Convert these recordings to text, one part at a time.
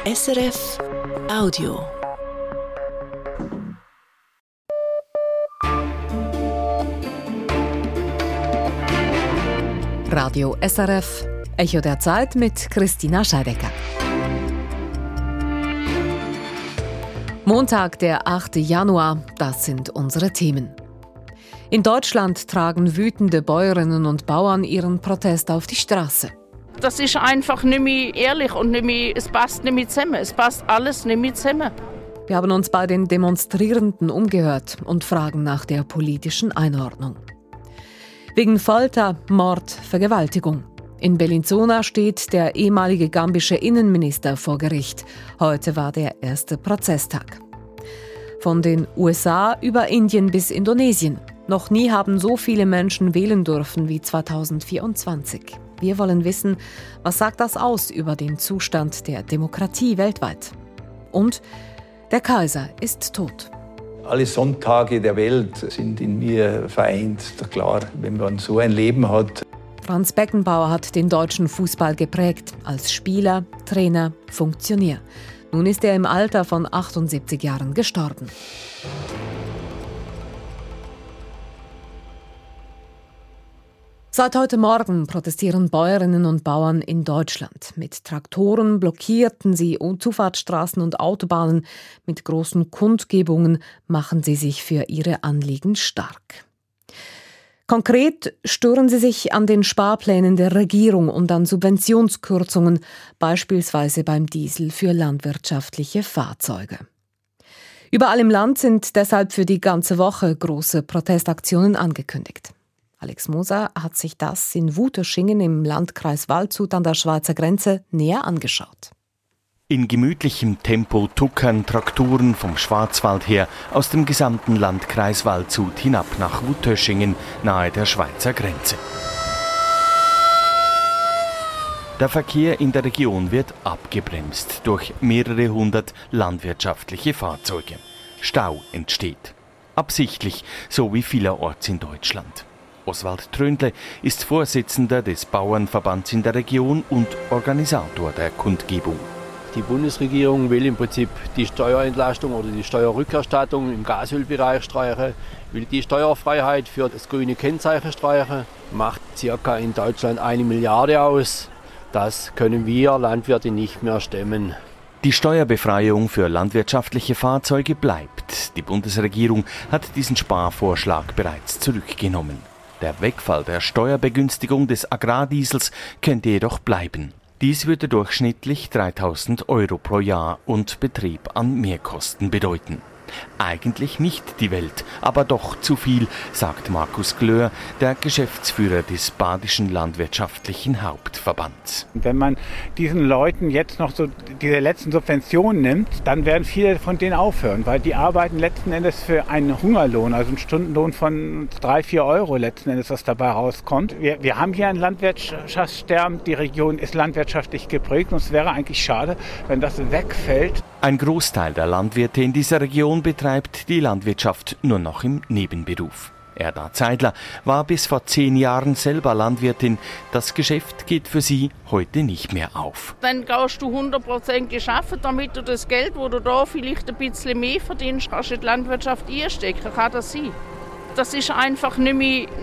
SRF Audio. Radio SRF, Echo der Zeit mit Christina Scheidecker. Montag, der 8. Januar, das sind unsere Themen. In Deutschland tragen wütende Bäuerinnen und Bauern ihren Protest auf die Straße. Das ist einfach nicht mehr ehrlich und es passt nicht mehr zusammen. Es passt alles nicht mehr zusammen. Wir haben uns bei den Demonstrierenden umgehört und fragen nach der politischen Einordnung. Wegen Folter, Mord, Vergewaltigung. In Bellinzona steht der ehemalige gambische Innenminister vor Gericht. Heute war der erste Prozesstag. Von den USA über Indien bis Indonesien. Noch nie haben so viele Menschen wählen dürfen wie 2024. Wir wollen wissen, was sagt das aus über den Zustand der Demokratie weltweit? Und der Kaiser ist tot. Alle Sonntage der Welt sind in mir vereint. Klar, wenn man so ein Leben hat. Franz Beckenbauer hat den deutschen Fußball geprägt, als Spieler, Trainer, Funktionär. Nun ist er im Alter von 78 Jahren gestorben. Seit heute Morgen protestieren Bäuerinnen und Bauern in Deutschland. Mit Traktoren blockierten sie Zufahrtsstraßen und Autobahnen. Mit großen Kundgebungen machen sie sich für ihre Anliegen stark. Konkret stören sie sich an den Sparplänen der Regierung und an Subventionskürzungen, beispielsweise beim Diesel für landwirtschaftliche Fahrzeuge. Überall im Land sind deshalb für die ganze Woche große Protestaktionen angekündigt. Alex Moser hat sich das in Wuterschingen im Landkreis Waldshut an der Schweizer Grenze näher angeschaut. In gemütlichem Tempo tuckern Traktoren vom Schwarzwald her aus dem gesamten Landkreis Waldshut hinab nach Wuterschingen nahe der Schweizer Grenze. Der Verkehr in der Region wird abgebremst durch mehrere hundert landwirtschaftliche Fahrzeuge. Stau entsteht. Absichtlich, so wie vielerorts in Deutschland. Oswald Tröndle ist Vorsitzender des Bauernverbands in der Region und Organisator der Kundgebung. Die Bundesregierung will im Prinzip die Steuerentlastung oder die Steuerrückerstattung im Gasölbereich streichen, will die Steuerfreiheit für das grüne Kennzeichen streichen, macht circa in Deutschland 1 Milliarde aus. Das können wir Landwirte nicht mehr stemmen. Die Steuerbefreiung für landwirtschaftliche Fahrzeuge bleibt. Die Bundesregierung hat diesen Sparvorschlag bereits zurückgenommen. Der Wegfall der Steuerbegünstigung des Agrardiesels könnte jedoch bleiben. Dies würde durchschnittlich 3.000 € pro Jahr und Betrieb an Mehrkosten bedeuten. Eigentlich nicht die Welt, aber doch zu viel, sagt Markus Glöhr, der Geschäftsführer des Badischen Landwirtschaftlichen Hauptverbands. Wenn man diesen Leuten jetzt noch so diese letzten Subventionen nimmt, dann werden viele von denen aufhören, weil die arbeiten letzten Endes für einen Hungerlohn, also einen Stundenlohn von 3-4 € letzten Endes, was dabei rauskommt. Wir haben hier ein Landwirtschaftssterben, die Region ist landwirtschaftlich geprägt und es wäre eigentlich schade, wenn das wegfällt. Ein Großteil der Landwirte in dieser Region betreibt die Landwirtschaft nur noch im Nebenberuf. Erda Zeidler war bis vor 10 Jahren selber Landwirtin. Das Geschäft geht für sie heute nicht mehr auf. Dann gehst du 100% arbeiten, damit du das Geld, das du da vielleicht ein bisschen mehr verdienst, kannst du in die Landwirtschaft einstecken. Kann das sein? Das ist einfach nicht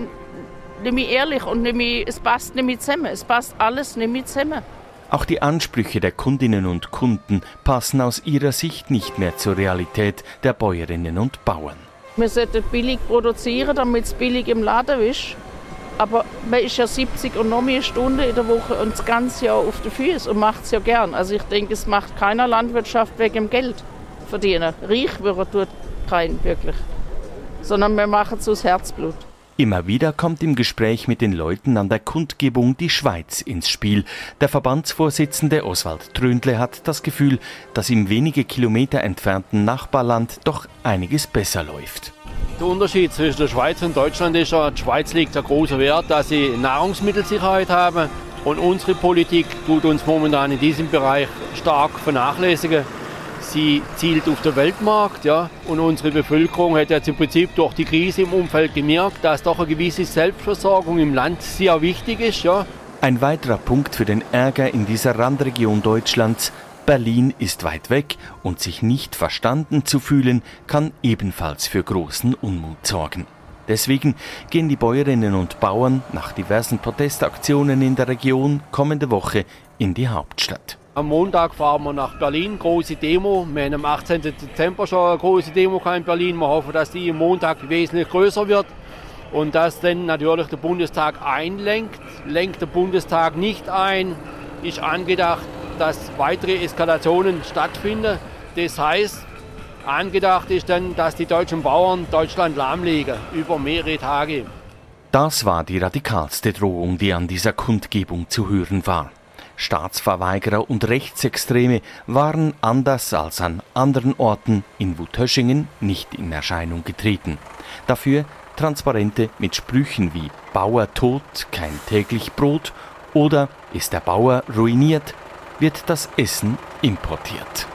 mehr ehrlich und es passt nicht mehr zusammen. Es passt alles nicht mehr zusammen. Auch die Ansprüche der Kundinnen und Kunden passen aus ihrer Sicht nicht mehr zur Realität der Bäuerinnen und Bauern. Wir sollten billig produzieren, damit es billig im Laden ist. Aber man ist ja 70 und noch mehr Stunden in der Woche und das ganze Jahr auf den Füßen und macht es ja gern. Also ich denke, es macht keiner Landwirtschaft wegen dem Geld verdienen. Reich wird tut kein wirklich. Sondern wir machen es aus Herzblut. Immer wieder kommt im Gespräch mit den Leuten an der Kundgebung die Schweiz ins Spiel. Der Verbandsvorsitzende Oswald Tröndle hat das Gefühl, dass im wenige Kilometer entfernten Nachbarland doch einiges besser läuft. Der Unterschied zwischen der Schweiz und Deutschland ist ja, die Schweiz legt einen großen Wert, dass sie Nahrungsmittelsicherheit haben. Und unsere Politik tut uns momentan in diesem Bereich stark vernachlässigen. Sie zielt auf den Weltmarkt, ja, und unsere Bevölkerung hat jetzt im Prinzip durch die Krise im Umfeld gemerkt, dass doch eine gewisse Selbstversorgung im Land sehr wichtig ist. Ja. Ein weiterer Punkt für den Ärger in dieser Randregion Deutschlands: Berlin ist weit weg und sich nicht verstanden zu fühlen, kann ebenfalls für großen Unmut sorgen. Deswegen gehen die Bäuerinnen und Bauern nach diversen Protestaktionen in der Region kommende Woche in die Hauptstadt. Am Montag fahren wir nach Berlin, große Demo. Wir haben am 18. Dezember schon eine große Demo in Berlin. Wir hoffen, dass die am Montag wesentlich größer wird und dass dann natürlich der Bundestag einlenkt. Lenkt der Bundestag nicht ein, ist angedacht, dass weitere Eskalationen stattfinden. Das heißt, angedacht ist dann, dass die deutschen Bauern Deutschland lahmlegen über mehrere Tage. Das war die radikalste Drohung, die an dieser Kundgebung zu hören war. Staatsverweigerer und Rechtsextreme waren anders als an anderen Orten in Wuthöschingen nicht in Erscheinung getreten. Dafür Transparente mit Sprüchen wie »Bauer tot, kein täglich Brot« oder »Ist der Bauer ruiniert?« wird das Essen importiert.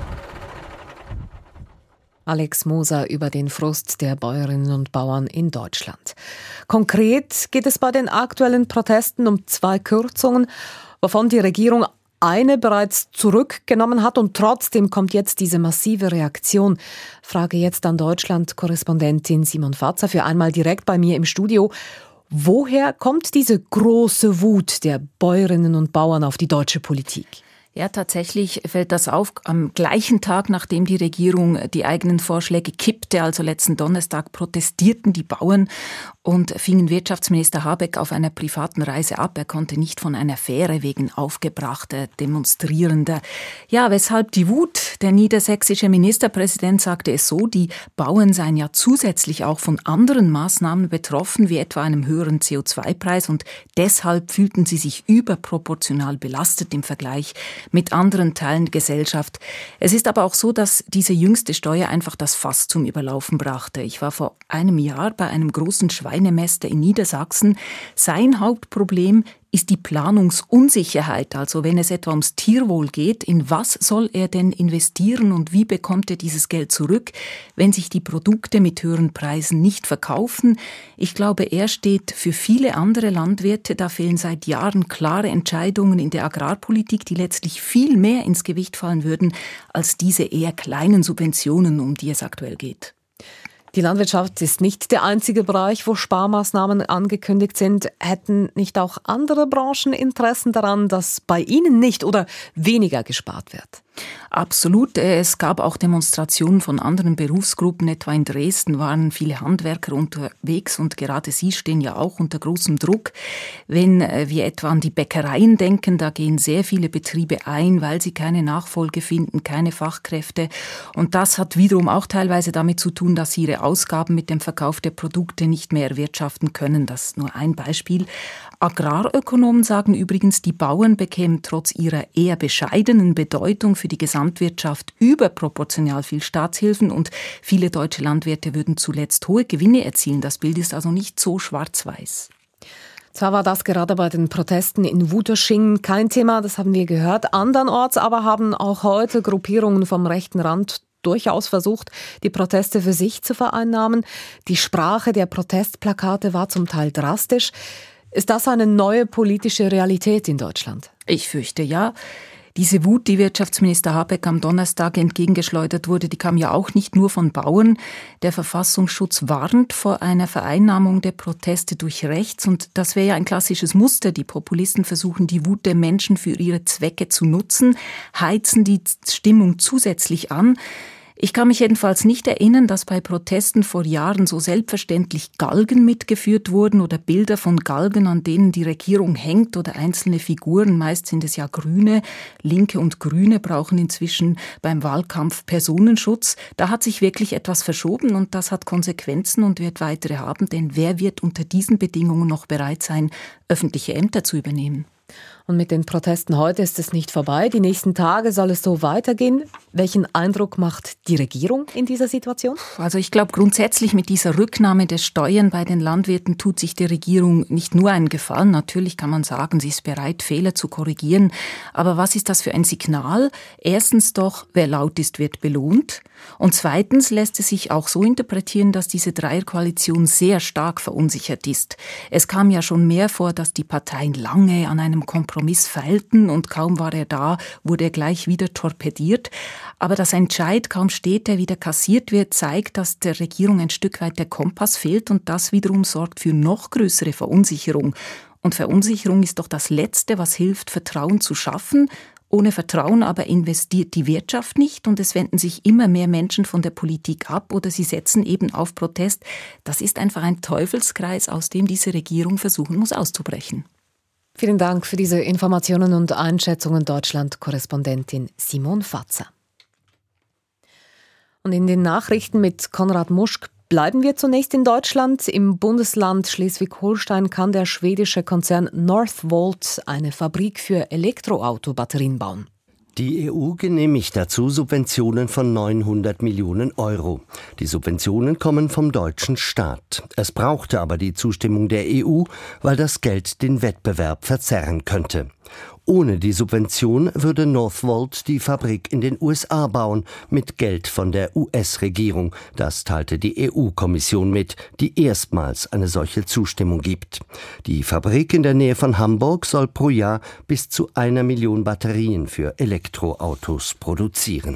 Alex Moser über den Frust der Bäuerinnen und Bauern in Deutschland. Konkret geht es bei den aktuellen Protesten um 2 Kürzungen, wovon die Regierung eine bereits zurückgenommen hat und trotzdem kommt jetzt diese massive Reaktion. Frage jetzt an Deutschland-Korrespondentin Simon Fatzer für einmal direkt bei mir im Studio. Woher kommt diese große Wut der Bäuerinnen und Bauern auf die deutsche Politik? Ja, tatsächlich fällt das auf. Am gleichen Tag, nachdem die Regierung die eigenen Vorschläge kippte, also letzten Donnerstag, protestierten die Bauern und fingen Wirtschaftsminister Habeck auf einer privaten Reise ab. Er konnte nicht von einer Fähre wegen aufgebrachter Demonstrierender. Ja, weshalb die Wut? Der niedersächsische Ministerpräsident sagte es so, die Bauern seien ja zusätzlich auch von anderen Maßnahmen betroffen, wie etwa einem höheren CO2-Preis und deshalb fühlten sie sich überproportional belastet im Vergleich mit anderen Teilen der Gesellschaft. Es ist aber auch so, dass diese jüngste Steuer einfach das Fass zum Überlaufen brachte. Ich war vor einem Jahr bei einem großen Schweinemester in Niedersachsen. Sein Hauptproblem ist die Planungsunsicherheit. Also wenn es etwa ums Tierwohl geht, in was soll er denn investieren und wie bekommt er dieses Geld zurück, wenn sich die Produkte mit höheren Preisen nicht verkaufen? Ich glaube, er steht für viele andere Landwirte. Da fehlen seit Jahren klare Entscheidungen in der Agrarpolitik, die letztlich viel mehr ins Gewicht fallen würden als diese eher kleinen Subventionen, um die es aktuell geht. Die Landwirtschaft ist nicht der einzige Bereich, wo Sparmaßnahmen angekündigt sind. Hätten nicht auch andere Branchen Interessen daran, dass bei ihnen nicht oder weniger gespart wird? Absolut. Es gab auch Demonstrationen von anderen Berufsgruppen. Etwa in Dresden waren viele Handwerker unterwegs und gerade sie stehen ja auch unter großem Druck. Wenn wir etwa an die Bäckereien denken, da gehen sehr viele Betriebe ein, weil sie keine Nachfolge finden, keine Fachkräfte. Und das hat wiederum auch teilweise damit zu tun, dass sie ihre Ausgaben mit dem Verkauf der Produkte nicht mehr erwirtschaften können. Das ist nur ein Beispiel. Agrarökonomen sagen übrigens, die Bauern bekämen trotz ihrer eher bescheidenen Bedeutung für die Gesamtwirtschaft überproportional viel Staatshilfen und viele deutsche Landwirte würden zuletzt hohe Gewinne erzielen. Das Bild ist also nicht so schwarz-weiß. Zwar war das gerade bei den Protesten in Wuthöschingen kein Thema, das haben wir gehört. Andernorts aber haben auch heute Gruppierungen vom rechten Rand durchaus versucht, die Proteste für sich zu vereinnahmen. Die Sprache der Protestplakate war zum Teil drastisch. Ist das eine neue politische Realität in Deutschland? Ich fürchte ja. Diese Wut, die Wirtschaftsminister Habeck am Donnerstag entgegengeschleudert wurde, die kam ja auch nicht nur von Bauern. Der Verfassungsschutz warnt vor einer Vereinnahmung der Proteste durch rechts. Und das wäre ja ein klassisches Muster. Die Populisten versuchen, die Wut der Menschen für ihre Zwecke zu nutzen, heizen die Stimmung zusätzlich an. Ich kann mich jedenfalls nicht erinnern, dass bei Protesten vor Jahren so selbstverständlich Galgen mitgeführt wurden oder Bilder von Galgen, an denen die Regierung hängt oder einzelne Figuren. Meist sind es ja Grüne. Linke und Grüne brauchen inzwischen beim Wahlkampf Personenschutz. Da hat sich wirklich etwas verschoben und das hat Konsequenzen und wird weitere haben. Denn wer wird unter diesen Bedingungen noch bereit sein, öffentliche Ämter zu übernehmen? Und mit den Protesten heute ist es nicht vorbei. Die nächsten Tage soll es so weitergehen. Welchen Eindruck macht die Regierung in dieser Situation? Also ich glaube, grundsätzlich mit dieser Rücknahme der Steuern bei den Landwirten tut sich die Regierung nicht nur einen Gefallen. Natürlich kann man sagen, sie ist bereit, Fehler zu korrigieren. Aber was ist das für ein Signal? Erstens doch, wer laut ist, wird belohnt. Und zweitens lässt es sich auch so interpretieren, dass diese Dreierkoalition sehr stark verunsichert ist. Es kam ja schon mehr vor, dass die Parteien lange an einem Kompromiss Kompromiss feilten und kaum war er da, wurde er gleich wieder torpediert. Aber dass ein Entscheid kaum steht, der wieder kassiert wird, zeigt, dass der Regierung ein Stück weit der Kompass fehlt und das wiederum sorgt für noch größere Verunsicherung. Und Verunsicherung ist doch das Letzte, was hilft, Vertrauen zu schaffen. Ohne Vertrauen aber investiert die Wirtschaft nicht und es wenden sich immer mehr Menschen von der Politik ab oder sie setzen eben auf Protest. Das ist einfach ein Teufelskreis, aus dem diese Regierung versuchen muss auszubrechen. Vielen Dank für diese Informationen und Einschätzungen, Deutschland-Korrespondentin Simon Fatzer. Und in den Nachrichten mit Konrad Muschk bleiben wir zunächst in Deutschland. Im Bundesland Schleswig-Holstein kann der schwedische Konzern Northvolt eine Fabrik für Elektroautobatterien bauen. Die EU genehmigt dazu Subventionen von 900 Millionen Euro. Die Subventionen kommen vom deutschen Staat. Es brauchte aber die Zustimmung der EU, weil das Geld den Wettbewerb verzerren könnte. Ohne die Subvention würde Northvolt die Fabrik in den USA bauen, mit Geld von der US-Regierung. Das teilte die EU-Kommission mit, die erstmals eine solche Zustimmung gibt. Die Fabrik in der Nähe von Hamburg soll pro Jahr bis zu 1 Million Batterien für Elektroautos produzieren.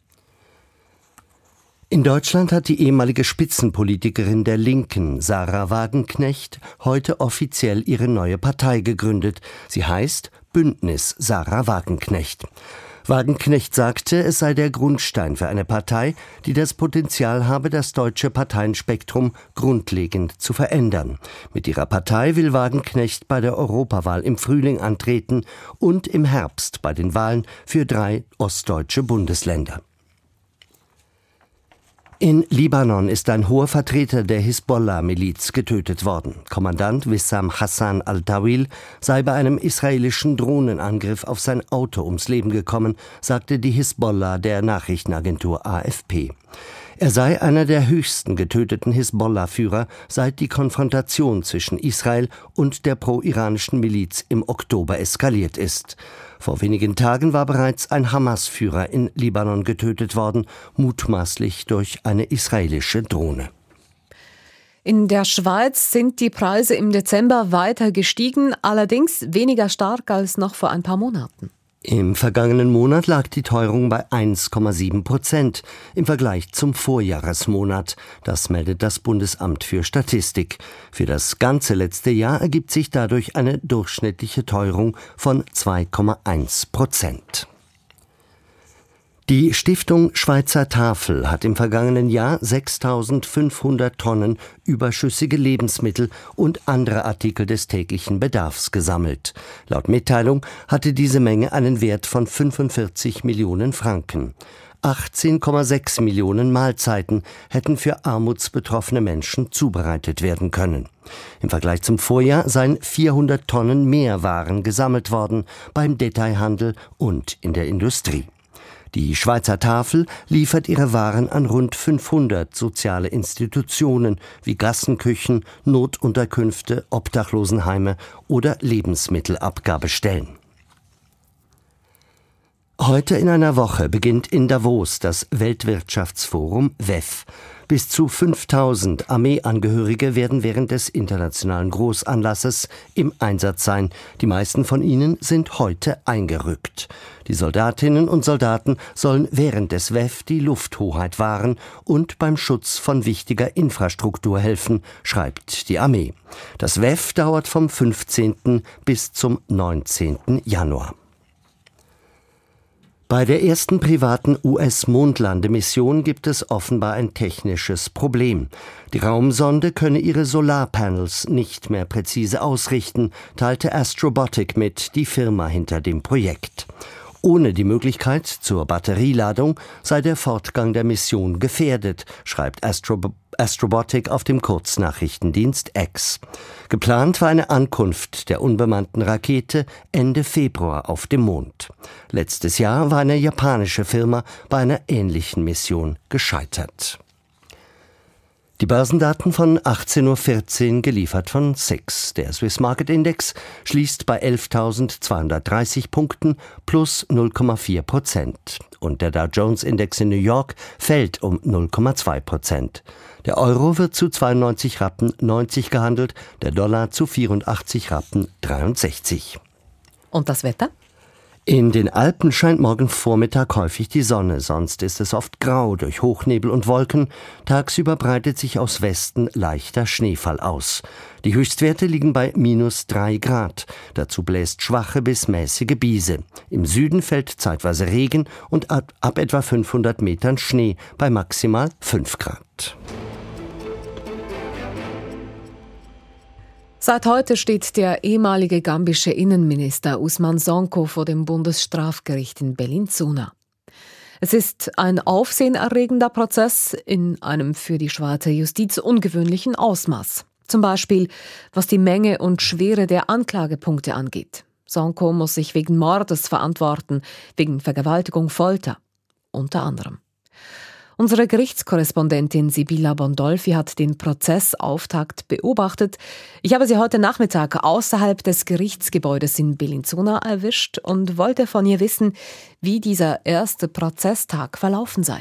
In Deutschland hat die ehemalige Spitzenpolitikerin der Linken, Sarah Wagenknecht, heute offiziell ihre neue Partei gegründet. Sie heißt Bündnis Sarah Wagenknecht. Wagenknecht sagte, es sei der Grundstein für eine Partei, die das Potenzial habe, das deutsche Parteienspektrum grundlegend zu verändern. Mit ihrer Partei will Wagenknecht bei der Europawahl im Frühling antreten und im Herbst bei den Wahlen für 3 ostdeutsche Bundesländer. In Libanon ist ein hoher Vertreter der Hisbollah-Miliz getötet worden. Kommandant Wissam Hassan al-Tawil sei bei einem israelischen Drohnenangriff auf sein Auto ums Leben gekommen, sagte die Hisbollah der Nachrichtenagentur AFP. Er sei einer der höchsten getöteten Hisbollah-Führer, seit die Konfrontation zwischen Israel und der pro-iranischen Miliz im Oktober eskaliert ist. Vor wenigen Tagen war bereits ein Hamas-Führer in Libanon getötet worden, mutmaßlich durch eine israelische Drohne. In der Schweiz sind die Preise im Dezember weiter gestiegen, allerdings weniger stark als noch vor ein paar Monaten. Im vergangenen Monat lag die Teuerung bei 1,7% im Vergleich zum Vorjahresmonat. Das meldet das Bundesamt für Statistik. Für das ganze letzte Jahr ergibt sich dadurch eine durchschnittliche Teuerung von 2,1%. Die Stiftung Schweizer Tafel hat im vergangenen Jahr 6.500 Tonnen überschüssige Lebensmittel und andere Artikel des täglichen Bedarfs gesammelt. Laut Mitteilung hatte diese Menge einen Wert von 45 Millionen Franken. 18,6 Millionen Mahlzeiten hätten für armutsbetroffene Menschen zubereitet werden können. Im Vergleich zum Vorjahr seien 400 Tonnen mehr Waren gesammelt worden beim Detailhandel und in der Industrie. Die Schweizer Tafel liefert ihre Waren an rund 500 soziale Institutionen wie Gassenküchen, Notunterkünfte, Obdachlosenheime oder Lebensmittelabgabestellen. Heute in einer Woche beginnt in Davos das Weltwirtschaftsforum WEF. Bis zu 5000 Armeeangehörige werden während des internationalen Großanlasses im Einsatz sein. Die meisten von ihnen sind heute eingerückt. Die Soldatinnen und Soldaten sollen während des WEF die Lufthoheit wahren und beim Schutz von wichtiger Infrastruktur helfen, schreibt die Armee. Das WEF dauert vom 15. bis zum 19. Januar. Bei der ersten privaten US-Mondlandemission gibt es offenbar ein technisches Problem. Die Raumsonde könne ihre Solarpanels nicht mehr präzise ausrichten, teilte Astrobotic mit, die Firma hinter dem Projekt. Ohne die Möglichkeit zur Batterieladung sei der Fortgang der Mission gefährdet, schreibt Astrobotic auf dem Kurznachrichtendienst X. Geplant war eine Ankunft der unbemannten Rakete Ende Februar auf dem Mond. Letztes Jahr war eine japanische Firma bei einer ähnlichen Mission gescheitert. Die Börsendaten von 18.14 Uhr geliefert von SIX. Der Swiss Market Index schließt bei 11.230 Punkten plus 0,4%. Und der Dow Jones Index in New York fällt um 0,2%. Der Euro wird zu 92,90 Rappen gehandelt, der Dollar zu 84,63 Rappen. Und das Wetter? In den Alpen scheint morgen Vormittag häufig die Sonne, sonst ist es oft grau durch Hochnebel und Wolken. Tagsüber breitet sich aus Westen leichter Schneefall aus. Die Höchstwerte liegen bei -3 Grad. Dazu bläst schwache bis mäßige Biese. Im Süden fällt zeitweise Regen und ab etwa 500 Metern Schnee bei maximal 5 Grad. Seit heute steht der ehemalige gambische Innenminister Ousmane Sonko vor dem Bundesstrafgericht in Bellinzona. Es ist ein aufsehenerregender Prozess in einem für die Schweizer Justiz ungewöhnlichen Ausmaß. Zum Beispiel, was die Menge und Schwere der Anklagepunkte angeht. Sonko muss sich wegen Mordes verantworten, wegen Vergewaltigung, Folter. Unter anderem. Unsere Gerichtskorrespondentin Sibylla Bondolfi hat den Prozessauftakt beobachtet. Ich habe sie heute Nachmittag außerhalb des Gerichtsgebäudes in Bellinzona erwischt und wollte von ihr wissen, wie dieser erste Prozesstag verlaufen sei.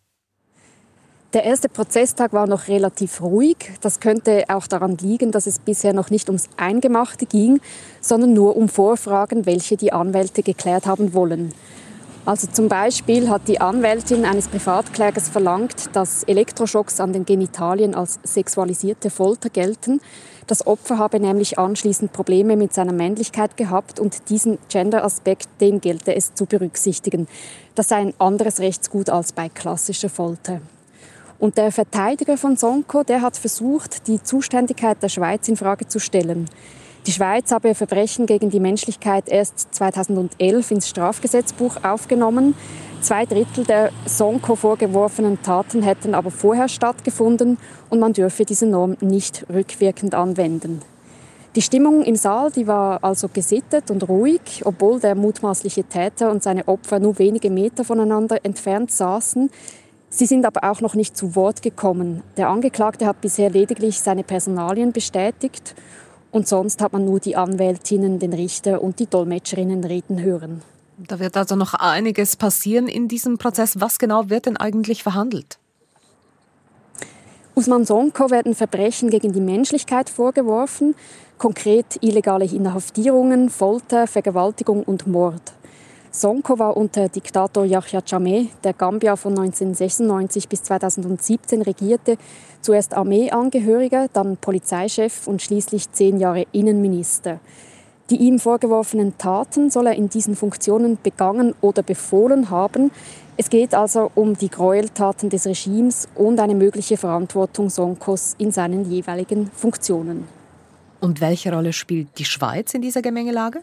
Der erste Prozesstag war noch relativ ruhig. Das könnte auch daran liegen, dass es bisher noch nicht ums Eingemachte ging, sondern nur um Vorfragen, welche die Anwälte geklärt haben wollen. Also zum Beispiel hat die Anwältin eines Privatklägers verlangt, dass Elektroschocks an den Genitalien als sexualisierte Folter gelten. Das Opfer habe nämlich anschließend Probleme mit seiner Männlichkeit gehabt und diesen Gender-Aspekt, den gelte es zu berücksichtigen. Das sei ein anderes Rechtsgut als bei klassischer Folter. Und der Verteidiger von Sonko, der hat versucht, die Zuständigkeit der Schweiz in Frage zu stellen. Die Schweiz habe Verbrechen gegen die Menschlichkeit erst 2011 ins Strafgesetzbuch aufgenommen. 2/3 der Sonko vorgeworfenen Taten hätten aber vorher stattgefunden und man dürfe diese Norm nicht rückwirkend anwenden. Die Stimmung im Saal, die war also gesittet und ruhig, obwohl der mutmaßliche Täter und seine Opfer nur wenige Meter voneinander entfernt saßen. Sie sind aber auch noch nicht zu Wort gekommen. Der Angeklagte hat bisher lediglich seine Personalien bestätigt. Und sonst hat man nur die Anwältinnen, den Richter und die Dolmetscherinnen reden hören. Da wird also noch einiges passieren in diesem Prozess. Was genau wird denn eigentlich verhandelt? Ousmane Sonko werden Verbrechen gegen die Menschlichkeit vorgeworfen, konkret illegale Inhaftierungen, Folter, Vergewaltigung und Mord. Sonko war unter Diktator Yahya Jammeh, der Gambia von 1996 bis 2017 regierte, zuerst Armeeangehöriger, dann Polizeichef und schließlich 10 Jahre Innenminister. Die ihm vorgeworfenen Taten soll er in diesen Funktionen begangen oder befohlen haben. Es geht also um die Gräueltaten des Regimes und eine mögliche Verantwortung Sonkos in seinen jeweiligen Funktionen. Und welche Rolle spielt die Schweiz in dieser Gemengelage?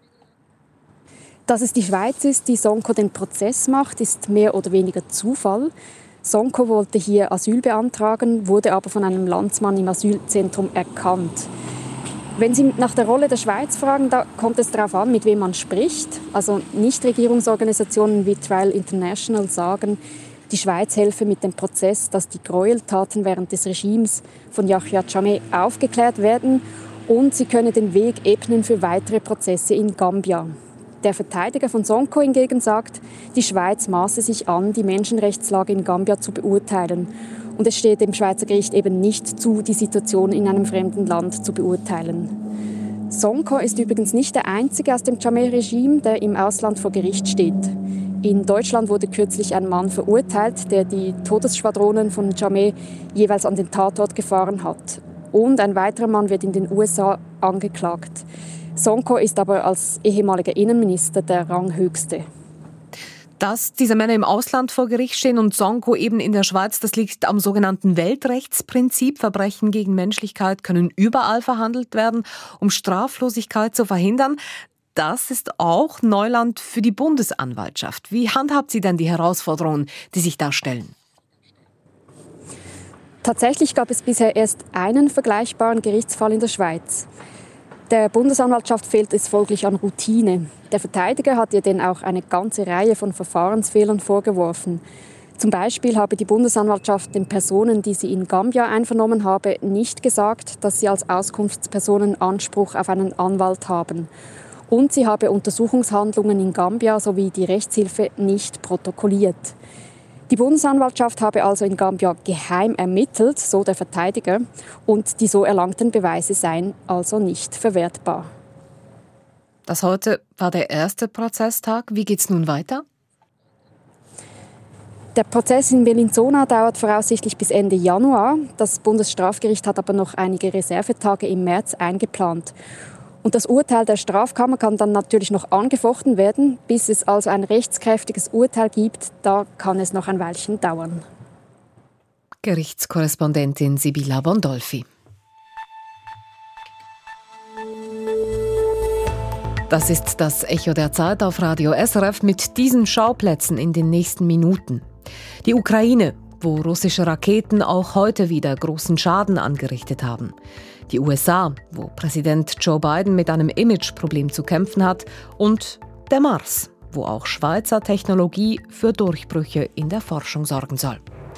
Dass es die Schweiz ist, die Sonko den Prozess macht, ist mehr oder weniger Zufall. Sonko wollte hier Asyl beantragen, wurde aber von einem Landsmann im Asylzentrum erkannt. Wenn Sie nach der Rolle der Schweiz fragen, da kommt es darauf an, mit wem man spricht. Also Nichtregierungsorganisationen wie Trial International sagen, die Schweiz helfe mit dem Prozess, dass die Gräueltaten während des Regimes von Yahya Jammeh aufgeklärt werden und sie könne den Weg ebnen für weitere Prozesse in Gambia. Der Verteidiger von Sonko hingegen sagt, die Schweiz maße sich an, die Menschenrechtslage in Gambia zu beurteilen. Und es steht dem Schweizer Gericht eben nicht zu, die Situation in einem fremden Land zu beurteilen. Sonko ist übrigens nicht der einzige aus dem Jammeh-Regime, der im Ausland vor Gericht steht. In Deutschland wurde kürzlich ein Mann verurteilt, der die Todesschwadronen von Jammeh jeweils an den Tatort gefahren hat. Und ein weiterer Mann wird in den USA angeklagt. Sonko ist aber als ehemaliger Innenminister der Ranghöchste. Dass diese Männer im Ausland vor Gericht stehen und Sonko eben in der Schweiz, das liegt am sogenannten Weltrechtsprinzip. Verbrechen gegen Menschlichkeit können überall verhandelt werden, um Straflosigkeit zu verhindern. Das ist auch Neuland für die Bundesanwaltschaft. Wie handhabt sie denn die Herausforderungen, die sich da stellen? Tatsächlich gab es bisher erst einen vergleichbaren Gerichtsfall in der Schweiz. Der Bundesanwaltschaft fehlt es folglich an Routine. Der Verteidiger hat ihr denn auch eine ganze Reihe von Verfahrensfehlern vorgeworfen. Zum Beispiel habe die Bundesanwaltschaft den Personen, die sie in Gambia einvernommen habe, nicht gesagt, dass sie als Auskunftspersonen Anspruch auf einen Anwalt haben. Und sie habe Untersuchungshandlungen in Gambia sowie die Rechtshilfe nicht protokolliert. Die Bundesanwaltschaft habe also in Gambia geheim ermittelt, so der Verteidiger, und die so erlangten Beweise seien also nicht verwertbar. Das heute war der erste Prozesstag. Wie geht's nun weiter? Der Prozess in Bellinzona dauert voraussichtlich bis Ende Januar. Das Bundesstrafgericht hat aber noch einige Reservetage im März eingeplant. Und das Urteil der Strafkammer kann dann natürlich noch angefochten werden. Bis es also ein rechtskräftiges Urteil gibt, da kann es noch ein Weilchen dauern. Gerichtskorrespondentin Sibylla Bondolfi. Das ist das Echo der Zeit auf Radio SRF mit diesen Schauplätzen in den nächsten Minuten. Die Ukraine, wo russische Raketen auch heute wieder großen Schaden angerichtet haben. Die USA, wo Präsident Joe Biden mit einem Imageproblem zu kämpfen hat. Und der Mars, wo auch Schweizer Technologie für Durchbrüche in der Forschung sorgen soll.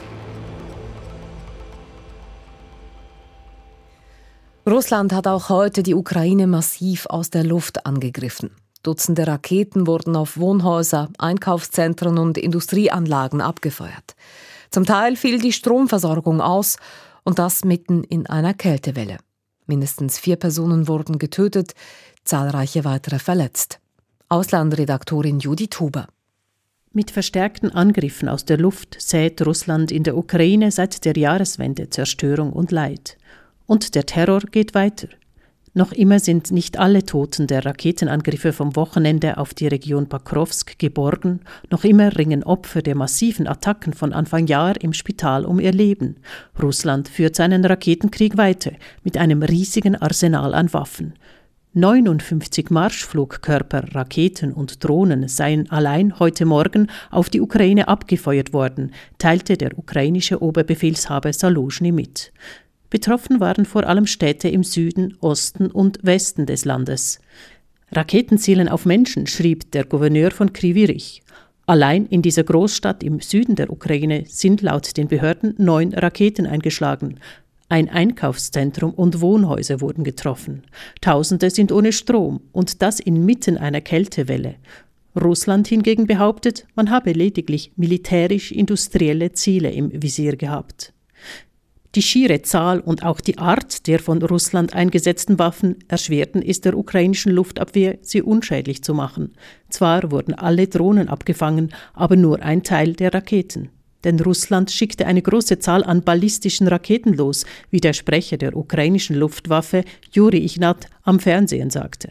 Russland hat auch heute die Ukraine massiv aus der Luft angegriffen. Dutzende Raketen wurden auf Wohnhäuser, Einkaufszentren und Industrieanlagen abgefeuert. Zum Teil fiel die Stromversorgung aus und das mitten in einer Kältewelle. Mindestens 4 Personen wurden getötet, zahlreiche weitere verletzt. Auslandredaktorin Judith Huber. Mit verstärkten Angriffen aus der Luft sät Russland in der Ukraine seit der Jahreswende Zerstörung und Leid. Und der Terror geht weiter. Noch immer sind nicht alle Toten der Raketenangriffe vom Wochenende auf die Region Pakrovsk geborgen. Noch immer ringen Opfer der massiven Attacken von Anfang Jahr im Spital um ihr Leben. Russland führt seinen Raketenkrieg weiter mit einem riesigen Arsenal an Waffen. 59 Marschflugkörper, Raketen und Drohnen seien allein heute Morgen auf die Ukraine abgefeuert worden, teilte der ukrainische Oberbefehlshaber Saluzhny mit. Betroffen waren vor allem Städte im Süden, Osten und Westen des Landes. Raketen zielen auf Menschen, schrieb der Gouverneur von Kryvyi Rih. Allein in dieser Großstadt im Süden der Ukraine sind laut den Behörden 9 Raketen eingeschlagen. Ein Einkaufszentrum und Wohnhäuser wurden getroffen. Tausende sind ohne Strom und das inmitten einer Kältewelle. Russland hingegen behauptet, man habe lediglich militärisch-industrielle Ziele im Visier gehabt. Die schiere Zahl und auch die Art der von Russland eingesetzten Waffen erschwerten es der ukrainischen Luftabwehr, sie unschädlich zu machen. Zwar wurden alle Drohnen abgefangen, aber nur ein Teil der Raketen. Denn Russland schickte eine große Zahl an ballistischen Raketen los, wie der Sprecher der ukrainischen Luftwaffe Juri Ignat am Fernsehen sagte.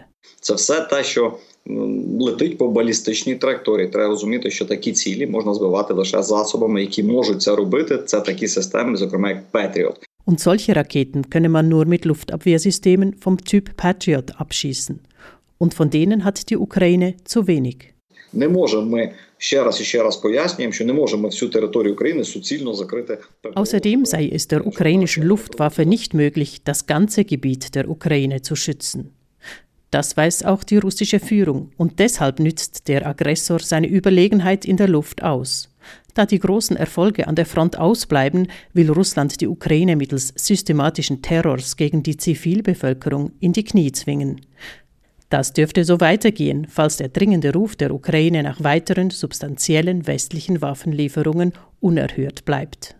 Летить по балістичній траєкторії. Треба розуміти, що такі цілі можна збивати лише засобами, які можуть це робити. Це такі системи, зокрема як Patriot. Und solche Raketen könne man nur mit Luftabwehrsystemen vom Typ Patriot abschießen. Und von denen hat die Ukraine zu wenig. Не можемо ми ще раз пояснюємо, що не можемо всю територію України суцільно закрити. Außerdem sei es der ukrainischen Luftwaffe nicht möglich, das ganze Gebiet der Ukraine zu schützen. Das weiß auch die russische Führung und deshalb nützt der Aggressor seine Überlegenheit in der Luft aus. Da die großen Erfolge an der Front ausbleiben, will Russland die Ukraine mittels systematischen Terrors gegen die Zivilbevölkerung in die Knie zwingen. Das dürfte so weitergehen, falls der dringende Ruf der Ukraine nach weiteren substanziellen westlichen Waffenlieferungen unerhört bleibt.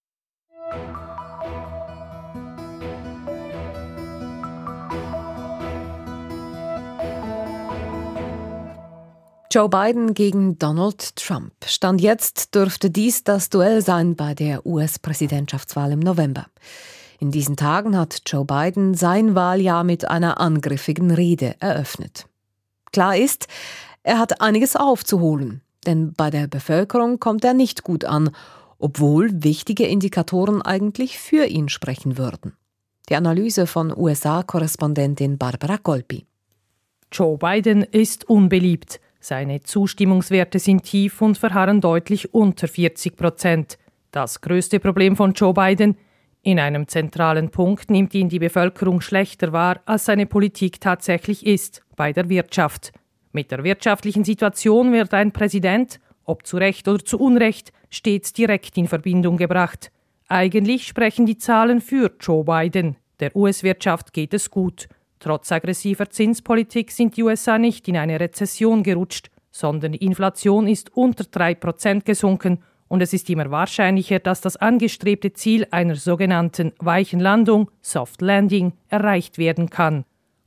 Joe Biden gegen Donald Trump. Stand jetzt dürfte dies das Duell sein bei der US-Präsidentschaftswahl im November. In diesen Tagen hat Joe Biden sein Wahljahr mit einer angriffigen Rede eröffnet. Klar ist, er hat einiges aufzuholen, denn bei der Bevölkerung kommt er nicht gut an, obwohl wichtige Indikatoren eigentlich für ihn sprechen würden. Die Analyse von USA-Korrespondentin Barbara Colpi. Joe Biden ist unbeliebt. Seine Zustimmungswerte sind tief und verharren deutlich unter 40%. Das größte Problem von Joe Biden: in einem zentralen Punkt nimmt ihn die Bevölkerung schlechter wahr, als seine Politik tatsächlich ist, bei der Wirtschaft. Mit der wirtschaftlichen Situation wird ein Präsident, ob zu Recht oder zu Unrecht, stets direkt in Verbindung gebracht. Eigentlich sprechen die Zahlen für Joe Biden. Der US-Wirtschaft geht es gut. Trotz aggressiver Zinspolitik sind die USA nicht in eine Rezession gerutscht, sondern die Inflation ist unter 3% gesunken und es ist immer wahrscheinlicher, dass das angestrebte Ziel einer sogenannten weichen Landung, Soft Landing, erreicht werden kann.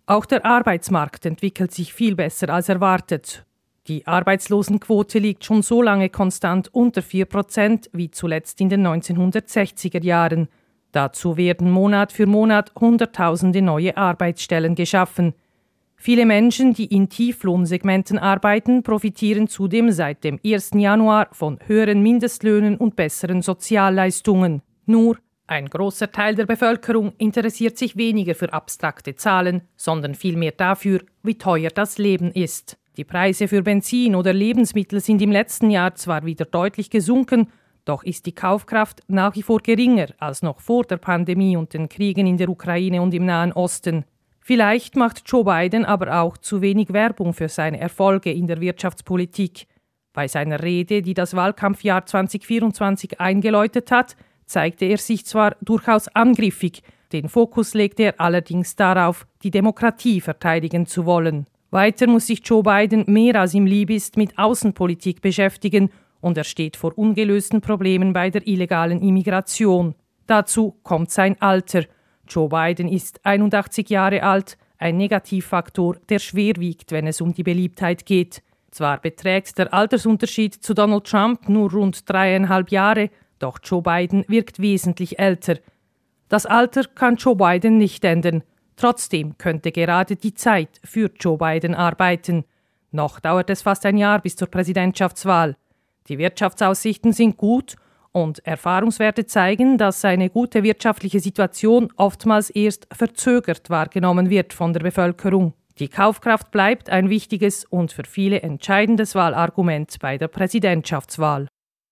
Auch der Arbeitsmarkt entwickelt sich viel besser als erwartet. Die Arbeitslosenquote liegt schon so lange konstant unter 4% wie zuletzt in den 1960er Jahren. Dazu werden Monat für Monat Hunderttausende neue Arbeitsstellen geschaffen. Viele Menschen, die in Tieflohnsegmenten arbeiten, profitieren zudem seit dem 1. Januar von höheren Mindestlöhnen und besseren Sozialleistungen. Nur ein großer Teil der Bevölkerung interessiert sich weniger für abstrakte Zahlen, sondern vielmehr dafür, wie teuer das Leben ist. Die Preise für Benzin oder Lebensmittel sind im letzten Jahr zwar wieder deutlich gesunken, doch ist die Kaufkraft nach wie vor geringer als noch vor der Pandemie und den Kriegen in der Ukraine und im Nahen Osten. Vielleicht macht Joe Biden aber auch zu wenig Werbung für seine Erfolge in der Wirtschaftspolitik. Bei seiner Rede, die das Wahlkampfjahr 2024 eingeläutet hat, zeigte er sich zwar durchaus angriffig, den Fokus legte er allerdings darauf, die Demokratie verteidigen zu wollen. Weiter muss sich Joe Biden mehr als ihm lieb ist mit Außenpolitik beschäftigen und er steht vor ungelösten Problemen bei der illegalen Immigration. Dazu kommt sein Alter. Joe Biden ist 81 Jahre alt, ein Negativfaktor, der schwer wiegt, wenn es um die Beliebtheit geht. Zwar beträgt der Altersunterschied zu Donald Trump nur rund 3,5 Jahre, doch Joe Biden wirkt wesentlich älter. Das Alter kann Joe Biden nicht ändern. Trotzdem könnte gerade die Zeit für Joe Biden arbeiten. Noch dauert es fast ein Jahr bis zur Präsidentschaftswahl. Die Wirtschaftsaussichten sind gut und Erfahrungswerte zeigen, dass eine gute wirtschaftliche Situation oftmals erst verzögert wahrgenommen wird von der Bevölkerung. Die Kaufkraft bleibt ein wichtiges und für viele entscheidendes Wahlargument bei der Präsidentschaftswahl.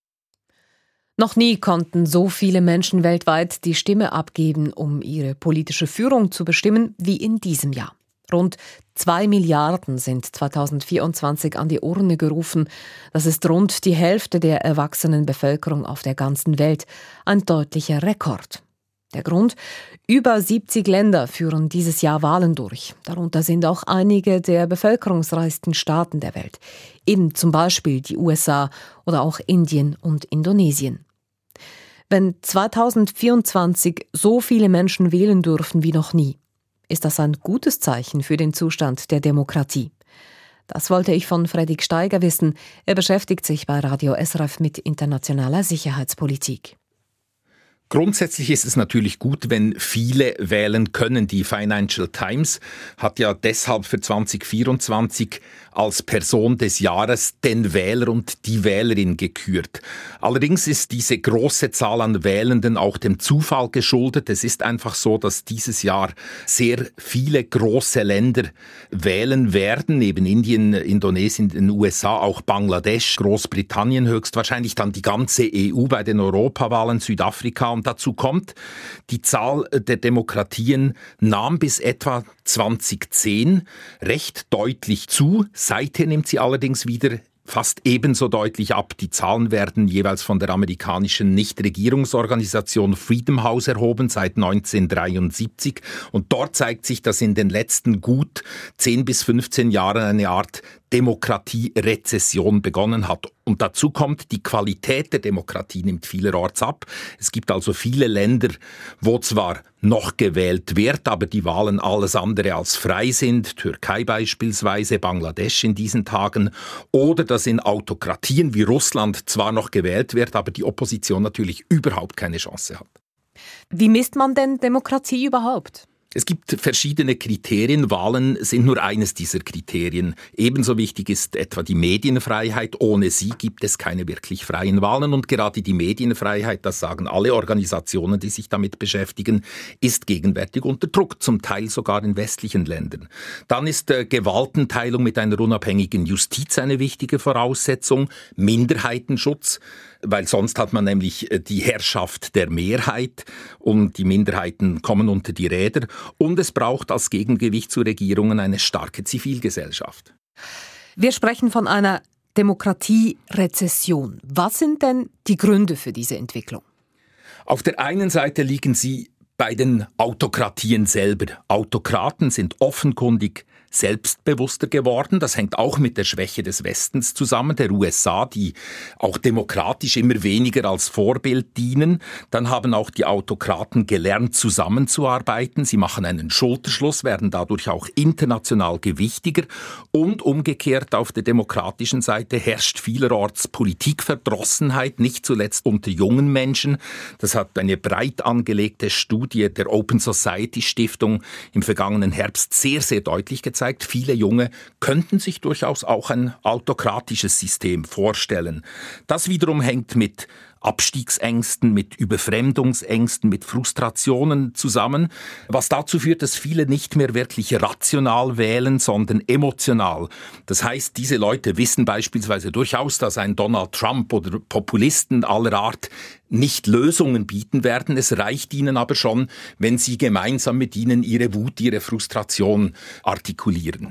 Noch nie konnten so viele Menschen weltweit die Stimme abgeben, um ihre politische Führung zu bestimmen, wie in diesem Jahr. Rund 2 Milliarden sind 2024 an die Urne gerufen. Das ist rund die Hälfte der erwachsenen Bevölkerung auf der ganzen Welt. Ein deutlicher Rekord. Der Grund? Über 70 Länder führen dieses Jahr Wahlen durch. Darunter sind auch einige der bevölkerungsreichsten Staaten der Welt. Eben zum Beispiel die USA oder auch Indien und Indonesien. Wenn 2024 so viele Menschen wählen dürfen wie noch nie, ist das ein gutes Zeichen für den Zustand der Demokratie. Das wollte ich von Fredrik Steiger wissen. Er beschäftigt sich bei Radio SRF mit internationaler Sicherheitspolitik. Grundsätzlich ist es natürlich gut, wenn viele wählen können. Die Financial Times hat ja deshalb für 2024 als Person des Jahres den Wähler und die Wählerin gekürt. Allerdings ist diese große Zahl an Wählenden auch dem Zufall geschuldet. Es ist einfach so, dass dieses Jahr sehr viele große Länder wählen werden, neben Indien, Indonesien, den USA, auch Bangladesch, Großbritannien höchstwahrscheinlich, dann die ganze EU bei den Europawahlen, Südafrika. Und dazu kommt, die Zahl der Demokratien nahm bis etwa 2010 recht deutlich zu. Seither nimmt sie allerdings wieder fast ebenso deutlich ab. Die Zahlen werden jeweils von der amerikanischen Nichtregierungsorganisation Freedom House erhoben seit 1973. Und dort zeigt sich, dass in den letzten gut 10 bis 15 Jahren eine Art Demokratierezession begonnen hat. Und dazu kommt, die Qualität der Demokratie nimmt vielerorts ab. Es gibt also viele Länder, wo zwar noch gewählt wird, aber die Wahlen alles andere als frei sind. Türkei beispielsweise, Bangladesch in diesen Tagen. Oder dass in Autokratien wie Russland zwar noch gewählt wird, aber die Opposition natürlich überhaupt keine Chance hat. Wie misst man denn Demokratie überhaupt? Es gibt verschiedene Kriterien. Wahlen sind nur eines dieser Kriterien. Ebenso wichtig ist etwa die Medienfreiheit. Ohne sie gibt es keine wirklich freien Wahlen. Und gerade die Medienfreiheit, das sagen alle Organisationen, die sich damit beschäftigen, ist gegenwärtig unter Druck, zum Teil sogar in westlichen Ländern. Dann ist Gewaltenteilung mit einer unabhängigen Justiz eine wichtige Voraussetzung. Minderheitenschutz, weil sonst hat man nämlich die Herrschaft der Mehrheit und die Minderheiten kommen unter die Räder. Und es braucht als Gegengewicht zu Regierungen eine starke Zivilgesellschaft. Wir sprechen von einer Demokratierezession. Was sind denn die Gründe für diese Entwicklung? Auf der einen Seite liegen sie bei den Autokratien selber. Autokraten sind offenkundig selbstbewusster geworden. Das hängt auch mit der Schwäche des Westens zusammen, der USA, die auch demokratisch immer weniger als Vorbild dienen. Dann haben auch die Autokraten gelernt, zusammenzuarbeiten. Sie machen einen Schulterschluss, werden dadurch auch international gewichtiger. Und umgekehrt auf der demokratischen Seite herrscht vielerorts Politikverdrossenheit, nicht zuletzt unter jungen Menschen. Das hat eine breit angelegte Studie der Open Society Stiftung im vergangenen Herbst sehr, sehr deutlich gezeigt. Viele Junge könnten sich durchaus auch ein autokratisches System vorstellen. Das wiederum hängt mit Abstiegsängsten, mit Überfremdungsängsten, mit Frustrationen zusammen, was dazu führt, dass viele nicht mehr wirklich rational wählen, sondern emotional. Das heißt, diese Leute wissen beispielsweise durchaus, dass ein Donald Trump oder Populisten aller Art nicht Lösungen bieten werden. Es reicht ihnen aber schon, wenn sie gemeinsam mit ihnen ihre Wut, ihre Frustration artikulieren.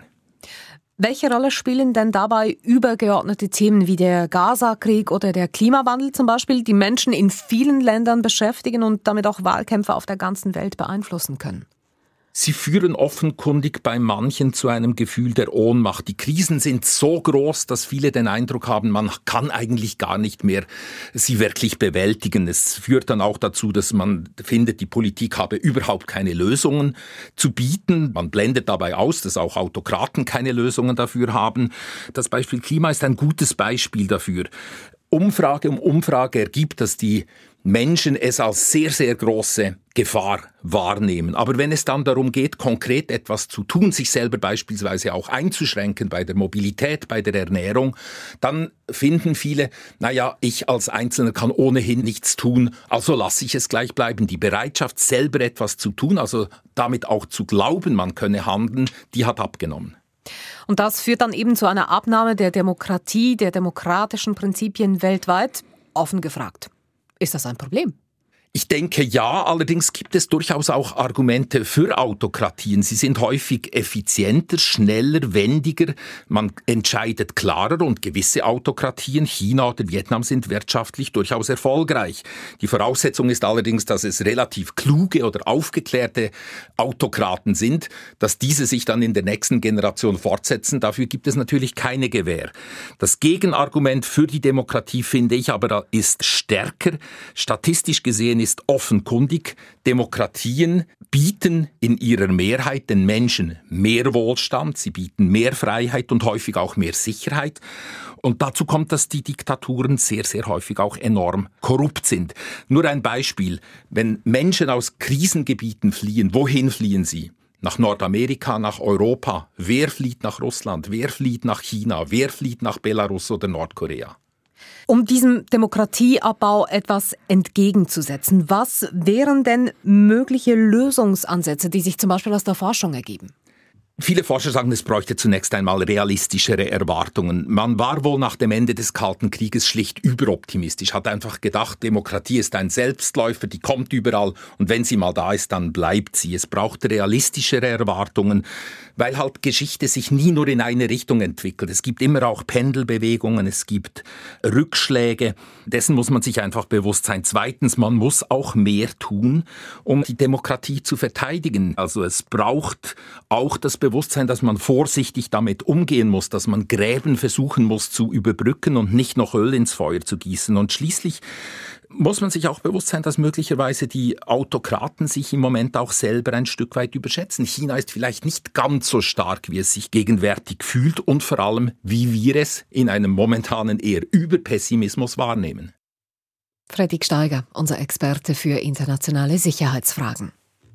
Welche Rolle spielen denn dabei übergeordnete Themen wie der Gaza-Krieg oder der Klimawandel zum Beispiel, die Menschen in vielen Ländern beschäftigen und damit auch Wahlkämpfe auf der ganzen Welt beeinflussen können? Sie führen offenkundig bei manchen zu einem Gefühl der Ohnmacht. Die Krisen sind so groß, dass viele den Eindruck haben, man kann eigentlich gar nicht mehr sie wirklich bewältigen. Es führt dann auch dazu, dass man findet, die Politik habe überhaupt keine Lösungen zu bieten. Man blendet dabei aus, dass auch Autokraten keine Lösungen dafür haben. Das Beispiel Klima ist ein gutes Beispiel dafür. Umfrage um Umfrage ergibt, dass die Menschen es als sehr, sehr große Gefahr wahrnehmen. Aber wenn es dann darum geht, konkret etwas zu tun, sich selber beispielsweise auch einzuschränken bei der Mobilität, bei der Ernährung, dann finden viele, ich als Einzelner kann ohnehin nichts tun, also lasse ich es gleich bleiben. Die Bereitschaft, selber etwas zu tun, also damit auch zu glauben, man könne handeln, die hat abgenommen. Und das führt dann eben zu einer Abnahme der Demokratie, der demokratischen Prinzipien weltweit. Offen gefragt, ist das ein Problem? Ich denke ja, allerdings gibt es durchaus auch Argumente für Autokratien. Sie sind häufig effizienter, schneller, wendiger. Man entscheidet klarer und gewisse Autokratien, China oder Vietnam, sind wirtschaftlich durchaus erfolgreich. Die Voraussetzung ist allerdings, dass es relativ kluge oder aufgeklärte Autokraten sind, dass diese sich dann in der nächsten Generation fortsetzen. Dafür gibt es natürlich keine Gewähr. Das Gegenargument für die Demokratie, finde ich, aber ist stärker. Statistisch gesehen ist offenkundig, Demokratien bieten in ihrer Mehrheit den Menschen mehr Wohlstand, sie bieten mehr Freiheit und häufig auch mehr Sicherheit. Und dazu kommt, dass die Diktaturen sehr, sehr häufig auch enorm korrupt sind. Nur ein Beispiel, wenn Menschen aus Krisengebieten fliehen, wohin fliehen sie? Nach Nordamerika, nach Europa. Wer flieht nach Russland? Wer flieht nach China? Wer flieht nach Belarus oder Nordkorea? Um diesem Demokratieabbau etwas entgegenzusetzen, was wären denn mögliche Lösungsansätze, die sich zum Beispiel aus der Forschung ergeben? Viele Forscher sagen, es bräuchte zunächst einmal realistischere Erwartungen. Man war wohl nach dem Ende des Kalten Krieges schlicht überoptimistisch, hat einfach gedacht, Demokratie ist ein Selbstläufer, die kommt überall und wenn sie mal da ist, dann bleibt sie. Es braucht realistischere Erwartungen, weil halt Geschichte sich nie nur in eine Richtung entwickelt. Es gibt immer auch Pendelbewegungen, es gibt Rückschläge. Dessen muss man sich einfach bewusst sein. Zweitens, man muss auch mehr tun, um die Demokratie zu verteidigen. Also es braucht auch das Bewusstsein, dass man vorsichtig damit umgehen muss, dass man Gräben versuchen muss zu überbrücken und nicht noch Öl ins Feuer zu gießen. Und schließlich muss man sich auch bewusst sein, dass möglicherweise die Autokraten sich im Moment auch selber ein Stück weit überschätzen. China ist vielleicht nicht ganz so stark, wie es sich gegenwärtig fühlt und vor allem, wie wir es in einem momentanen eher Überpessimismus wahrnehmen. Fredrik Steiger, unser Experte für internationale Sicherheitsfragen.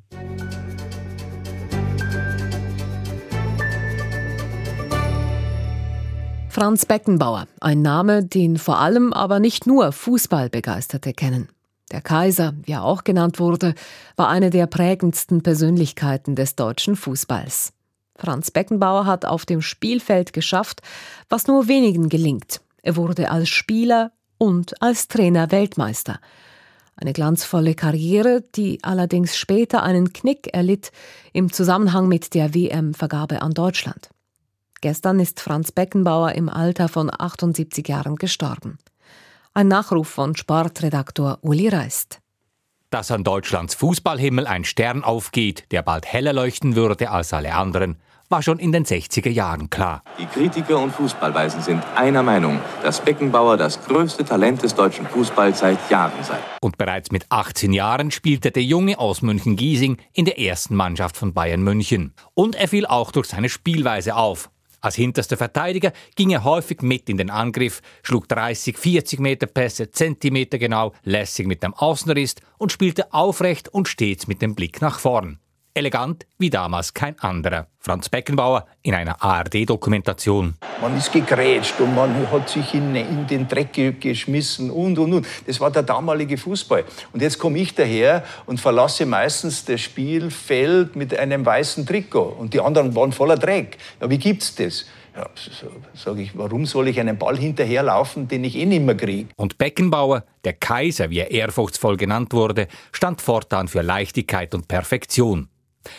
Franz Beckenbauer, ein Name, den vor allem aber nicht nur Fußballbegeisterte kennen. Der Kaiser, wie er auch genannt wurde, war eine der prägendsten Persönlichkeiten des deutschen Fußballs. Franz Beckenbauer hat auf dem Spielfeld geschafft, was nur wenigen gelingt. Er wurde als Spieler und als Trainer Weltmeister. Eine glanzvolle Karriere, die allerdings später einen Knick erlitt im Zusammenhang mit der WM-Vergabe an Deutschland. Gestern ist Franz Beckenbauer im Alter von 78 Jahren gestorben. Ein Nachruf von Sportredaktor Uli Reist. Dass an Deutschlands Fußballhimmel ein Stern aufgeht, der bald heller leuchten würde als alle anderen, war schon in den 60er Jahren klar. Die Kritiker und Fußballweisen sind einer Meinung, dass Beckenbauer das größte Talent des deutschen Fußballs seit Jahren sei. Und bereits mit 18 Jahren spielte der Junge aus München-Giesing in der ersten Mannschaft von Bayern München. Und er fiel auch durch seine Spielweise auf. Als hinterster Verteidiger ging er häufig mit in den Angriff, schlug 30, 40 Meter Pässe, Zentimeter genau, lässig mit dem Außenriss und spielte aufrecht und stets mit dem Blick nach vorn. Elegant wie damals kein anderer. Franz Beckenbauer in einer ARD-Dokumentation. Man ist gegrätscht und man hat sich in den Dreck geschmissen und. Das war der damalige Fußball. Und jetzt komme ich daher und verlasse meistens das Spielfeld mit einem weißen Trikot. Und die anderen waren voller Dreck. Ja, wie gibt's das? Ja, sage ich, warum soll ich einen Ball hinterherlaufen, den ich nicht mehr kriege? Und Beckenbauer, der Kaiser, wie er ehrfurchtsvoll genannt wurde, stand fortan für Leichtigkeit und Perfektion.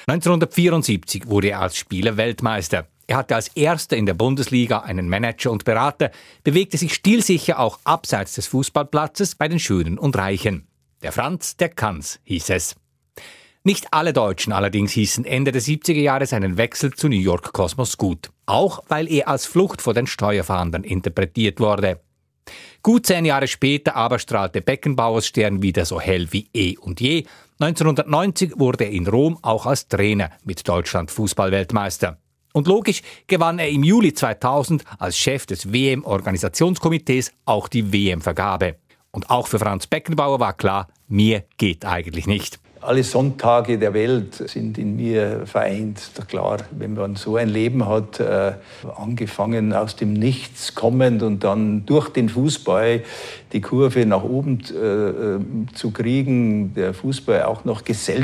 1974 wurde er als Spieler Weltmeister. Er hatte als Erster in der Bundesliga einen Manager und Berater, bewegte sich stilsicher auch abseits des Fußballplatzes bei den Schönen und Reichen. Der Franz, der kann's, hieß es. Nicht alle Deutschen allerdings hießen Ende der 70er Jahre seinen Wechsel zu New York Cosmos gut. Auch weil er als Flucht vor den Steuerfahndern interpretiert wurde. Gut 10 Jahre später aber strahlte Beckenbauers Stern wieder so hell wie eh und je. 1990 wurde er in Rom auch als Trainer mit Deutschland Fußballweltmeister. Und logisch gewann er im Juli 2000 als Chef des WM-Organisationskomitees auch die WM-Vergabe. Und auch für Franz Beckenbauer war klar, mir geht eigentlich nicht. Alle Sonntage der Welt sind in mir vereint. Klar, wenn man so ein Leben hat, angefangen aus dem Nichts kommend und dann durch den Fußball die Kurve nach oben zu kriegen, der Fußball auch noch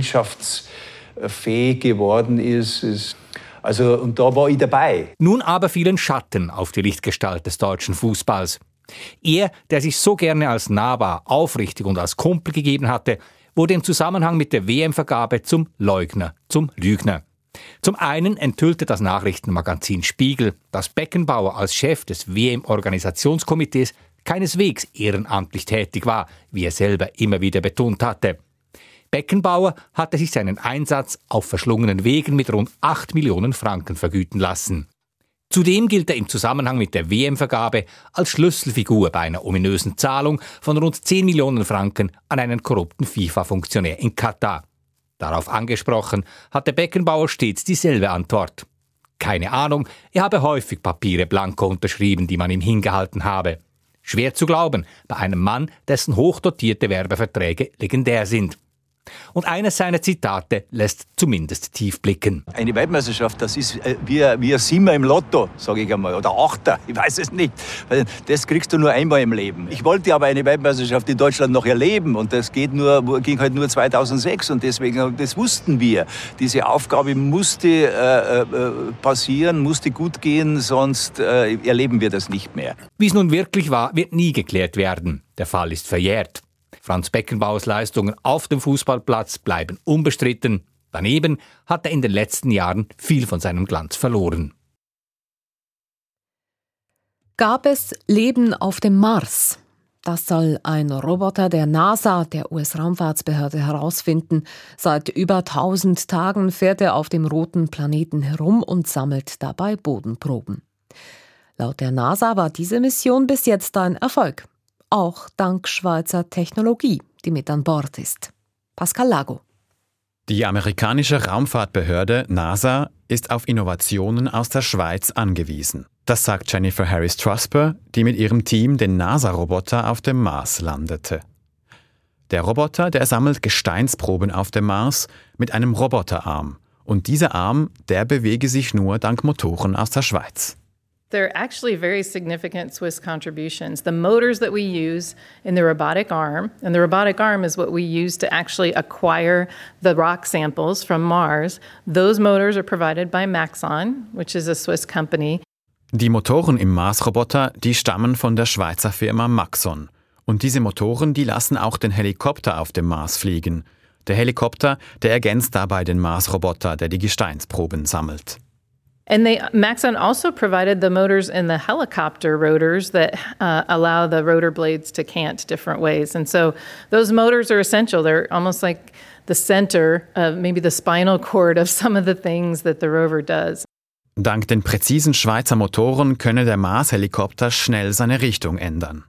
gesellschaftsfähig geworden ist. Also, und da war ich dabei. Nun aber fielen Schatten auf die Lichtgestalt des deutschen Fußballs. Er, der sich so gerne als nahbar, aufrichtig und als Kumpel gegeben hatte, wurde im Zusammenhang mit der WM-Vergabe zum Leugner, zum Lügner. Zum einen enthüllte das Nachrichtenmagazin Spiegel, dass Beckenbauer als Chef des WM-Organisationskomitees keineswegs ehrenamtlich tätig war, wie er selber immer wieder betont hatte. Beckenbauer hatte sich seinen Einsatz auf verschlungenen Wegen mit rund 8 Millionen Franken vergüten lassen. Zudem gilt er im Zusammenhang mit der WM-Vergabe als Schlüsselfigur bei einer ominösen Zahlung von rund 10 Millionen Franken an einen korrupten FIFA-Funktionär in Katar. Darauf angesprochen, hatte Beckenbauer stets dieselbe Antwort. Keine Ahnung, er habe häufig Papiere blanko unterschrieben, die man ihm hingehalten habe. Schwer zu glauben bei einem Mann, dessen hochdotierte Werbeverträge legendär sind. Und eines seiner Zitate lässt zumindest tief blicken. Eine Weltmeisterschaft, das ist wie ein Siemer im Lotto, sage ich einmal, oder Achter, ich weiß es nicht. Das kriegst du nur einmal im Leben. Ich wollte aber eine Weltmeisterschaft in Deutschland noch erleben und das ging halt nur 2006 und deswegen, das wussten wir. Diese Aufgabe musste passieren, musste gut gehen, sonst erleben wir das nicht mehr. Wie es nun wirklich war, wird nie geklärt werden. Der Fall ist verjährt. Franz Beckenbauers Leistungen auf dem Fußballplatz bleiben unbestritten. Daneben hat er in den letzten Jahren viel von seinem Glanz verloren. Gab es Leben auf dem Mars? Das soll ein Roboter der NASA, der US-Raumfahrtsbehörde, herausfinden. Seit über 1000 Tagen fährt er auf dem roten Planeten herum und sammelt dabei Bodenproben. Laut der NASA war diese Mission bis jetzt ein Erfolg. Auch dank Schweizer Technologie, die mit an Bord ist. Pascal Lago. Die amerikanische Raumfahrtbehörde NASA ist auf Innovationen aus der Schweiz angewiesen. Das sagt Jennifer Harris-Trusper, die mit ihrem Team den NASA-Roboter auf dem Mars landete. Der Roboter, der sammelt Gesteinsproben auf dem Mars mit einem Roboterarm. Und dieser Arm, der bewege sich nur dank Motoren aus der Schweiz. They're actually very significant Swiss contributions. The motors that we use in the robotic arm, and the robotic arm is what we use to actually acquire the rock samples from Mars. Those motors are provided by Maxon, which is a Swiss company. Die Motoren im Mars-Roboter, die stammen von der Schweizer Firma Maxon. Und diese Motoren, die lassen auch den Helikopter auf dem Mars fliegen. Der Helikopter, der ergänzt dabei den Mars-Roboter, der die Gesteinsproben sammelt. And Maxon also provided the motors in the helicopter rotors that allow the rotor blades to cant different ways. And so those motors are essential. They're almost like the center of maybe the spinal cord of some of the things that the rover does. Dank den präzisen Schweizer Motoren könne der Mars-Helikopter schnell seine Richtung ändern.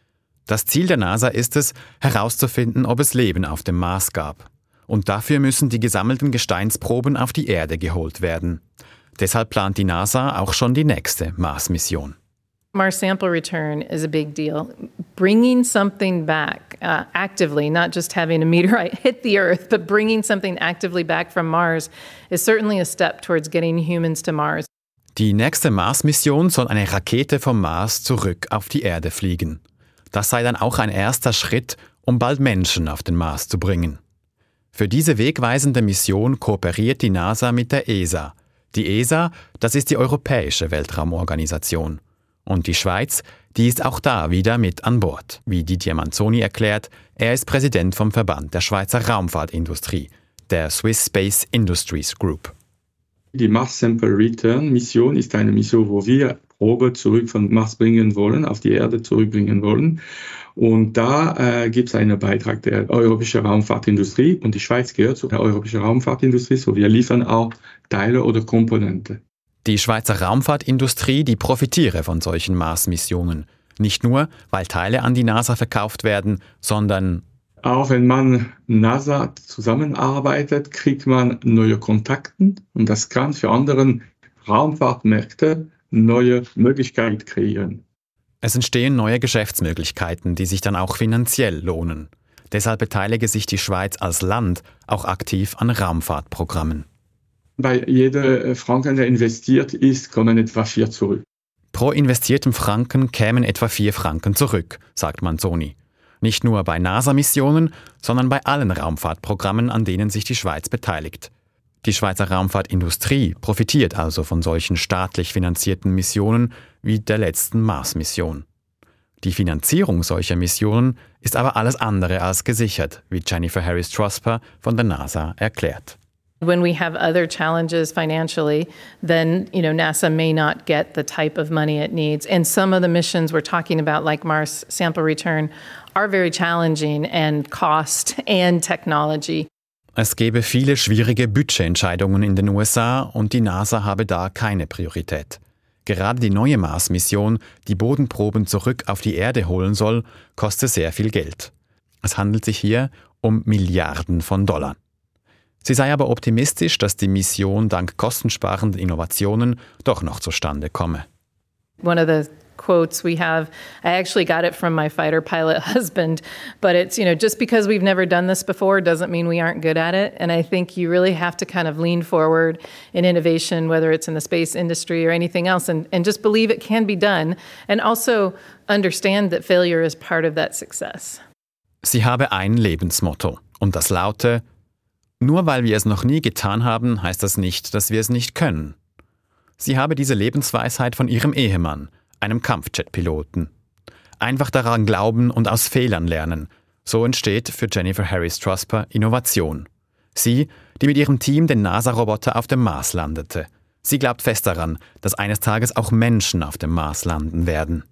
Das Ziel der NASA ist es, herauszufinden, ob es Leben auf dem Mars gab. Und dafür müssen die gesammelten Gesteinsproben auf die Erde geholt werden. Deshalb plant die NASA auch schon die nächste Mars-Mission. Mars sample return is a big deal. Bringing something back actively, not just having a meteorite hit the Earth, but bringing something actively back from Mars is certainly a step towards getting humans to Mars. Die nächste Mars-Mission soll eine Rakete vom Mars zurück auf die Erde fliegen. Das sei dann auch ein erster Schritt, um bald Menschen auf den Mars zu bringen. Für diese wegweisende Mission kooperiert die NASA mit der ESA. Die ESA, das ist die Europäische Weltraumorganisation. Und die Schweiz, die ist auch da wieder mit an Bord, wie Didier Manzoni erklärt. Er ist Präsident vom Verband der Schweizer Raumfahrtindustrie, der Swiss Space Industries Group. Die Mars Sample Return Mission ist eine Mission, wo wir Probe zurück von Mars bringen wollen, auf die Erde zurückbringen wollen. Und da gibt es einen Beitrag der Europäischen Raumfahrtindustrie und die Schweiz gehört zu der Europäischen Raumfahrtindustrie, so wir liefern auch Teile oder Komponenten. Die Schweizer Raumfahrtindustrie, die profitiere von solchen Mars-Missionen. Nicht nur, weil Teile an die NASA verkauft werden, sondern auch wenn man NASA zusammenarbeitet, kriegt man neue Kontakte und das kann für andere Raumfahrtmärkte neue Möglichkeiten kreieren. Es entstehen neue Geschäftsmöglichkeiten, die sich dann auch finanziell lohnen. Deshalb beteilige sich die Schweiz als Land auch aktiv an Raumfahrtprogrammen. Bei jedem Franken, der investiert ist, kommen etwa 4 zurück. Pro investiertem Franken kämen etwa 4 Franken zurück, sagt Manzoni. Nicht nur bei NASA-Missionen, sondern bei allen Raumfahrtprogrammen, an denen sich die Schweiz beteiligt. Die Schweizer Raumfahrtindustrie profitiert also von solchen staatlich finanzierten Missionen wie der letzten Mars-Mission. Die Finanzierung solcher Missionen ist aber alles andere als gesichert, wie Jennifer Harris-Trosper von der NASA erklärt. When we have other challenges financially, then NASA may not get the type of money it needs. And some of the missions we're talking about, like Mars sample return, are very challenging and cost and technology. Es gebe viele schwierige Budgetentscheidungen in den USA und die NASA habe da keine Priorität. Gerade die neue Mars-Mission, die Bodenproben zurück auf die Erde holen soll, koste sehr viel Geld. Es handelt sich hier um Milliarden von Dollar. Sie sei aber optimistisch, dass die Mission dank kostensparenden Innovationen doch noch zustande komme. One of the quotes we have, I actually got it from my fighter pilot husband, but it's, just because we've never done this before doesn't mean we aren't good at it. And I think you really have to kind of lean forward in innovation, whether it's in the space industry or anything else, and just believe it can be done and also understand that failure is part of that success. Sie habe ein Lebensmotto und das laute: Nur weil wir es noch nie getan haben, heißt das nicht, dass wir es nicht können. Sie habe diese Lebensweisheit von ihrem Ehemann, einem Kampfjet-Piloten. Einfach daran glauben und aus Fehlern lernen. So entsteht für Jennifer Harris-Trosper Innovation. Sie, die mit ihrem Team den NASA-Roboter auf dem Mars landete. Sie glaubt fest daran, dass eines Tages auch Menschen auf dem Mars landen werden.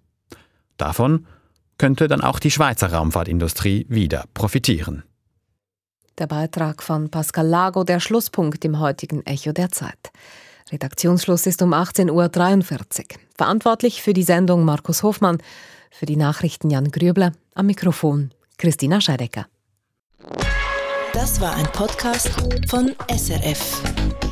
Davon könnte dann auch die Schweizer Raumfahrtindustrie wieder profitieren. Der Beitrag von Pascal Lago, der Schlusspunkt im heutigen Echo der Zeit. Redaktionsschluss ist um 18:43 Uhr. Verantwortlich für die Sendung Markus Hofmann, für die Nachrichten Jan Grübler, am Mikrofon Christina Scheidecker. Das war ein Podcast von SRF.